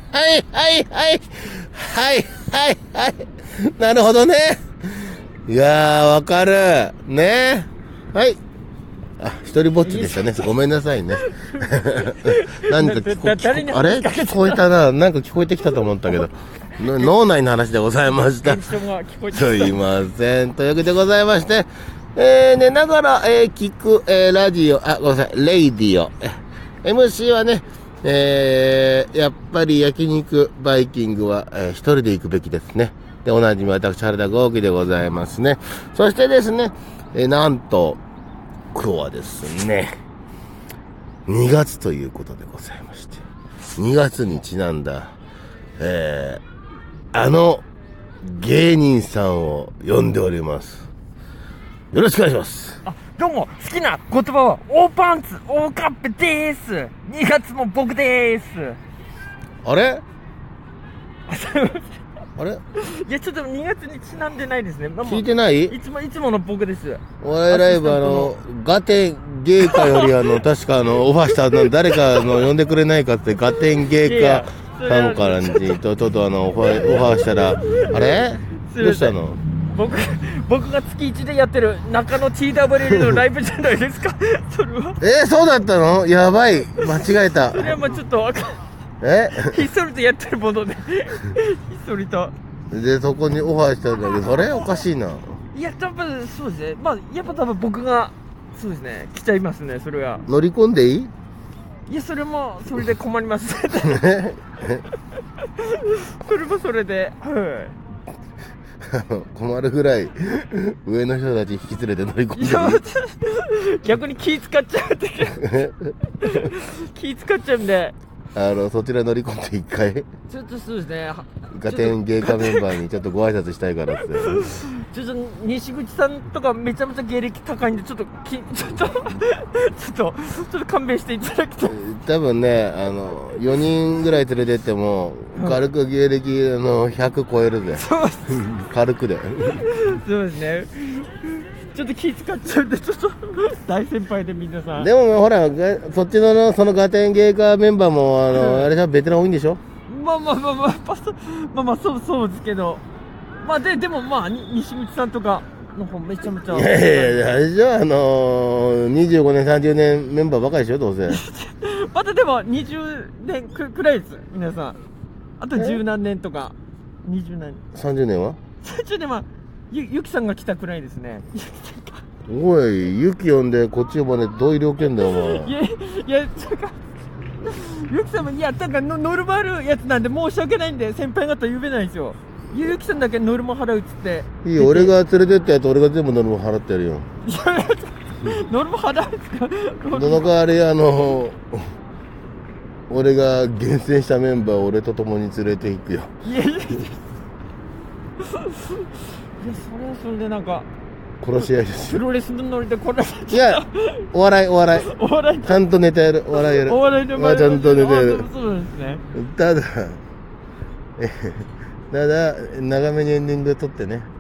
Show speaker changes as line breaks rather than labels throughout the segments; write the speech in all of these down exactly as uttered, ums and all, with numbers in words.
はいはいはいはいはいはいなるほどね。いやーわかるね。はいあ、一人ぼっちでしたね。ごめんなさいね。何か聞こ聞こあれ聞こえたな。なんか聞こえてきたと思ったけど、脳内の話でございました。すいません。というわけでございまして、えー、寝ながら、えー、聞く、えー、ラジオ、あ、ごめんなさい、レイディオ。エムシー はね、えー、やっぱり焼肉バイキングは、えー、一人で行くべきですね。で、おなじみ私、原田豪輝でございますね。そしてですね、えー、なんと、今日はですね、にがつということでございまして、にがつにちなんだ、えー、あの芸人さんを呼んでおります。よろしくお願いします。
あ、どうも、好きな言葉は、大パンツ、大カップでーす。にがつも僕でーす。
あれあれ
いや、ちょっとにがつにちなんでないですね。まあ、
聞いてない？
いつも、いつもの僕です。
お笑いライブ、あの、ガテン芸家よりあの、確かあの、オファーしたの、誰かの呼んでくれないかって、ガテン芸家さんからに、と、ちょっとあの、オファー、オファーしたら、あれどうしたの？
僕、僕が月いちでやってる中野 ティーダブリューエル のライブじゃないですか。それは。
えー、そうだったの？やばい。間違えた。
それはまあちょっとわかんない。
え
ひっそりとやってるものでひっそりと
でそこにオファーしたんだけど、それおかしいな。
いや多分そうですね。まあやっぱ多分僕がそうですね来ちゃいますね。それは
乗り込んでいい？
いやそれもそれで困りますそれもそれで
はい困るぐらい上の人たち引き連れて乗り込んで
いい逆に気使っちゃうって気使っちゃうんで、
あのそちら乗り込んで一回
ちょっとそうですね、
ガテン芸家メンバーにちょっとご挨拶したいからって
ちょっと西口さんとかめちゃめちゃ芸歴高いんでちょっときちょっとちょっとちょっと勘弁していただきたい。
多分ねあのよにんぐらい連れてっても軽く芸歴のひゃく超えるぜ。
そう
軽くで
そうですね。ちょっと気使っちゃうんでちょっと大先輩で皆さん。
でもほらそっちのそのガテン芸家メンバーもあの、うん、あれじゃベテラン多いんでしょ。
まあまあまあまあまあまあそうそうですけど、まあででもまあ西口さんとかの方めちゃめちゃ。
いやいやあれじゃあのー、にじゅうごねんさんじゅうねんメンバーばかりでしょどうせ
またでもにじゅうねん く, くらいです皆さん。あと十何年とかにじゅう何
さんじゅうねんは
さんじゅうねんはゆ, ゆきさんが来たくらいですね。
おいゆき呼んでこっち呼ばねえどういう料金だよお前。
いやいやちょっとゆきさんもいやなんかのノルマあるやつなんで申し訳ないんで先輩方呼べないんですよ。ゆきさんだけノルマ払うっつって
いいよ俺が連れてったやつ俺が全部ノルマ払ってやるよ。
いやノルマ払うんですか。
その代わりあの俺が厳選したメンバーを俺と共に連れていくよ。
いやいやいやいやそれはそれでなんか
殺し合いです
プロレスのノリで殺し
いやお笑いお笑い
お笑い
ちゃんとネタやるお笑いやる
お笑いで
まあちゃんとネタやる。
そうですね。
ただえただ長めにエンディング撮ってね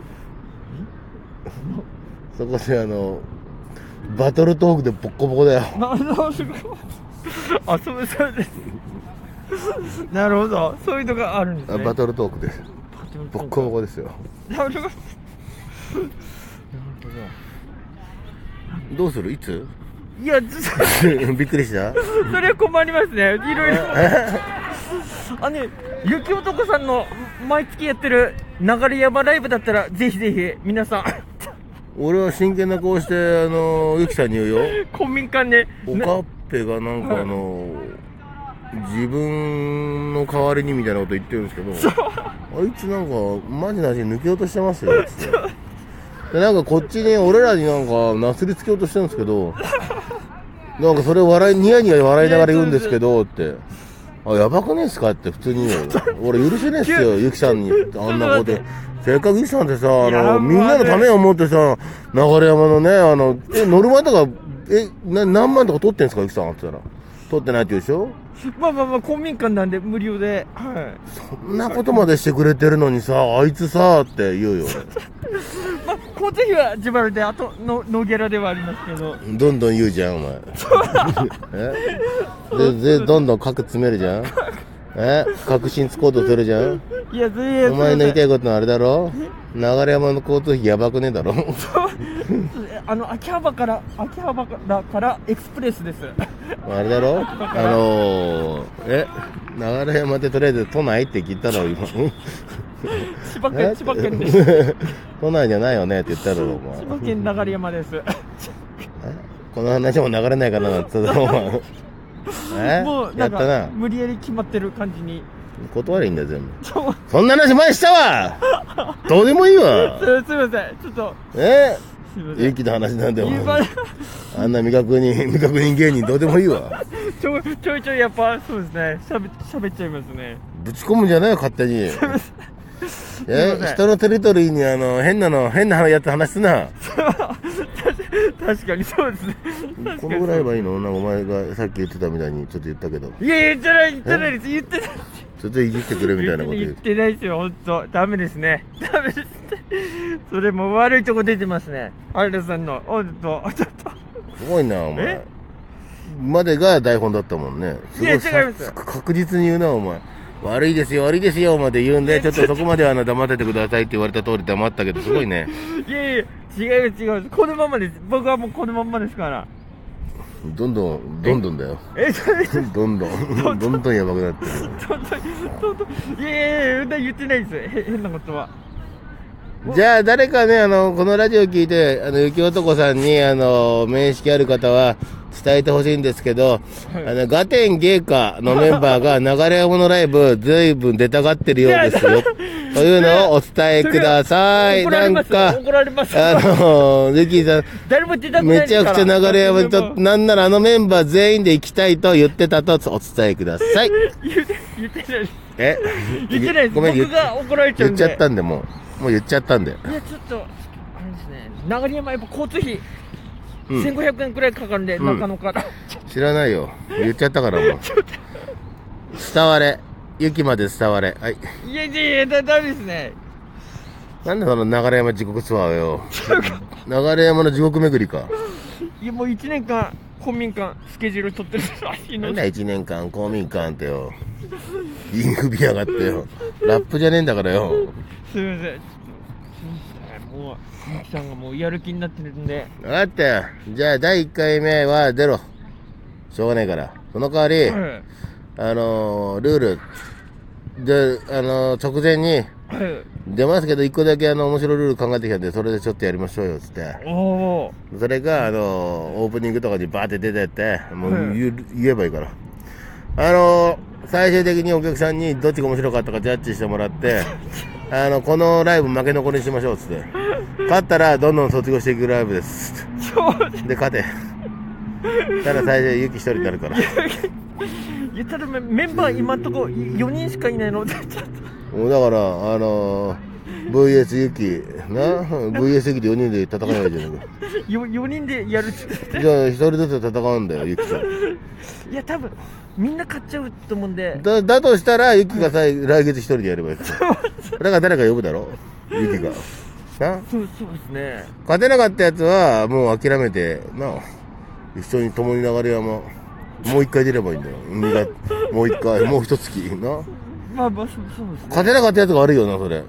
そこであのバトルトークでボッコボコだよ。
あそうそうですなるほどそういうのがあるんですね。
バトルトークでボッコボコですよ。
なるほど
どうするいつ
いや
びっくりした
それは困りますね。いろいろあのね雪男さんの毎月やってる流山ライブだったらぜひぜひ皆さん
俺は真剣な顔してあのゆきさんに言うよ
公民館で
おかっぺがなんかあの自分の代わりにみたいなこと言ってるんですけどあいつなんかマジなしに抜けようとしてますよってでなんかこっちに俺らになんかなすりつけようとしてるんですけどなんかそれ笑いニヤニヤ笑いながら言うんですけどってあやばくねえっすかって普通に言うよ俺許せねえっすよゆきさんにあんなことせっかくゆきさんってさあのみんなのためを思ってさ流山のねあのえノルマとかえな何万とか取ってんすかゆきさんって言ったら取ってないって言うでしょ。
まあまあまあ公民館なんで無料で、はい、
そんなことまでしてくれてるのにさあいつさって言うよ
まあ交通費は自腹であとのノーギャラではありますけど
どんどん言うじゃんお前えででどんどん核詰めるじゃんえ確信つこうとするじゃん。
いや、ずい
お前の言いたいことのあれだろ、流山の交通費やばくねえだろ。
あの秋葉原から秋葉原からエクスプレスです。
あれだろ、あのー、え流山でとりあえず都内って聞いたろ今。
千葉県千葉県です。
都内じゃないよねって言ったろお前。
千葉県流山です。
この話も流れないかななんて言ったろお前。え
もうなんか
やったな。
無理やり決まってる感じに。
断りいいんだよ全部。そんな話前したわ。どうでもいいわ。
すすみません、ちょっと
え
すみません。
ゆきの話なんだよ。
言い場
あんな未確認未確認芸人どうでもいいわ。
ちょちょいちょいやっぱそうですね、しゃべしゃべっちゃいますね。
ぶち込むんじゃないよ勝手に。え
すいません
人のテリトリーにあの変なの変なやつ話すな。
確かにそうですね。
このぐらいはいいの？なんかお前がさっき言ってたみたいにちょっと言ったけど、
いやいや、言ってない言ってないです、言ってない
ちょっといじってくれみたいなこと言う。
言ってないですよ、本当ダメですね、ダメですね。それも悪いとこ出てますね、有田さんの。おっとちょっと
すごいなお前
え。
までが台本だったもんね。すご
いや違います
さ確実に言うなお前。悪いですよ悪いですよまで言うんで、ちょっとそこまではあの黙っててくださいって言われた通り黙ったけど、すごいね。
いやいや、違います違います、このままです、僕はもうこのまんまですから。
どんどんどんどんだよ。
えそれ
どんどんどんどんやばくなってる。
本当に本当にいやいやいや、言ってないです、へ変なことは。
じゃあ誰かね、あのこのラジオ聞いてあの雪男さんにあの面識ある方は伝えてほしいんですけど、あのガテン芸家のメンバーが流山のライブずいぶん出たがってるようですよというのをお伝えください。
怒られます
なんか
怒られます
あのゆきさん
誰も出たくない
めちゃくちゃ流山にとなんならあのメンバー全員で行きたいと言ってたとお伝えください。
言って言ってないです、
え
言ってないです、
ごめん
僕が怒られちゃうんで。
言っちゃったんでもうもう言っちゃったんで。
いやちょっとあれですね、流山やっぱ交通費、
うん
せんごひゃくえんくらいかかるんで、
うん
中野から
知らないよ言っちゃったからもう伝われ雪まで伝われ。はい。
いやいやいや、だダメですね。
なんでその流山地獄ツアーよ。流山の地獄巡りか。
いやもういちねんかん公民館スケジュール取ってるらしいのに。
なんだいちねんかん公民館ってよ。言い首やがってよ。ラップじゃねえんだからよ。
すみません、ちょっともうゆきさんがもうやる気になってるんで。
分かったよ。じゃあだいいっかいめは出ろ。しょうがないから。その代わり、
はい
あのー、ルールで、あのー、直前に
はい
出ますけどいっこだけあの面白いルール考えてきたんで、それでちょっとやりましょうよっつって。
おお
それがあのー、オープニングとかにバーって出てってもう
はい
言う言えばいいから、あのー、最終的にお客さんにどっちが面白かったかジャッジしてもらってあのこのライブ負け残りにしましょうっつって、勝ったらどんどん卒業していくライブですで勝てただ最初ゆき一人になるから。
言ったらメメンバー今んとこよにんしかいないのでちょっと
もうだからあのー、ブイエス ゆきな ブイエス ゆきでよにんで戦えばいいじゃないか。
よよにんでやるっつって
じゃあ一人ずつ戦うんだよゆきと。
いや多分みんな買っちゃうと思うんで。
だだとしたらゆきがさ来月一人でやればいいですよ。だから誰か呼ぶだろゆきがな。
そうそうですね。
勝てなかったやつはもう諦めてな、一緒に共に流山もう一回出ればいいんだよ。にがつもう一回もう一月な。
まあまあそうそうですね。
勝てなかったやつが悪いよなそれね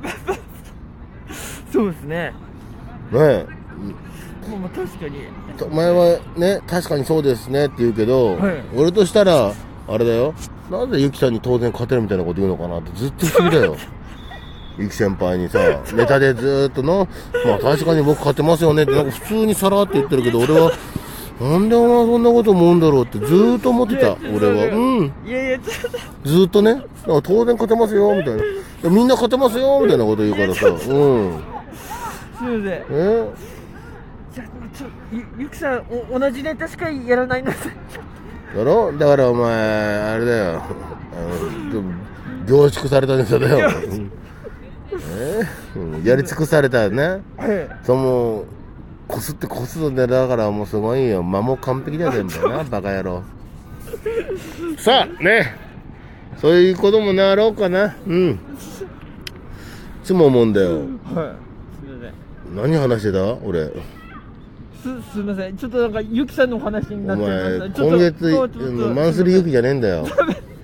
そうですね。
え。
まあまあ確かに。
お前はね確かにそうですねって言うけど、
はい
俺としたらあれだよ、なんでゆきさんに当然勝てるみたいなこと言うのかなってずっと不思議だよ。ゆき先輩にさネタでずーっとのまあ確かに僕勝てますよねってなんか普通にさらって言ってるけど、俺はなんでお前そんなこと思うんだろうってずーっと思ってた。俺はうん
いやいやちょっと
ずーっとね、だから当然勝てますよみたいな、みんな勝てますよみたいなこと言うからさ、うん
すみません。
え
じゃあちょゆゆきさんお同じネタしかやらないので。
だろ、だからお前あれだよ、あの凝縮されたネタだよ。えうん、やり尽くされたね。
はい。
そのこすってこすのネタだからもうすごいよ。間も完璧だよ全部なバカ野郎。さあね、そういうこともなろうかな。うんいつも思うんだよ。
はい。すみません。
何話してた俺。
すすみません。ちょっとなんかゆきさんのお話にな
お
っちゃいま
前
した。ちょっと
今月
ちょっと
マンスリーゆきじゃねえんだよ。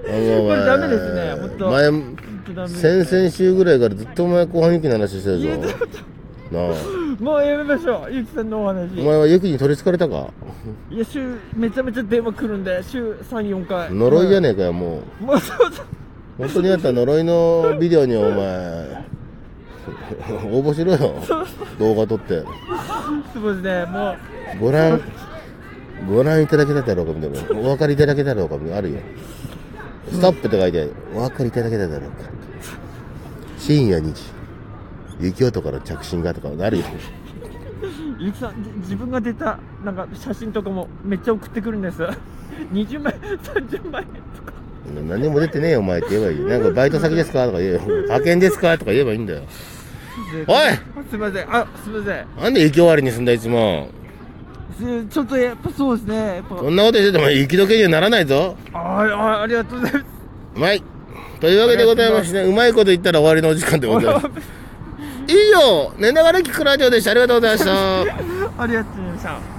こ
れダメですねほんと
前、
本当ダメですね
先々週ぐらいからずっとお前後半雪の話してるぞ。なあ。
もうやめましょうゆきさんのお話。
お前は雪に取り憑かれたか？
いや週めちゃめちゃ電話来るんで週さん、よんかい
呪いじゃねえかよ、もう。
もうそうそう
本当にやったら呪いのビデオにお前、応募しろよ。動画撮って。
そうですねもう
ご覧、ご覧いただけただろうかみたいな。お分かりいただけただろうかみたいな。あるよ。ストップって書いてある。お分かりいただけただろうか。深夜にじ。雪男の着信がとかあるよ。
ゆきさんじ自分が出たなんか写真とかもめっちゃ送ってくるんです。にじゅうまいさんじゅうまいとか
何も出てねえよお前って言えばいい。なんかバイト先ですかとか言えよ。派遣ですかとか言えばいいんだよ。おい
すいませんあすいません
なんで雪終わりにすんだいつも。
すちょっとやっぱそうですねやっぱ
そんなこと言ってても雪解けにはならないぞ。
ああありがとうございます
うまい。というわけでございましてね、うまいこと言ったら終わりのお時間でございます。以上、寝ながら聞くラジオでした。ありがとうございました。
ありがとうございました。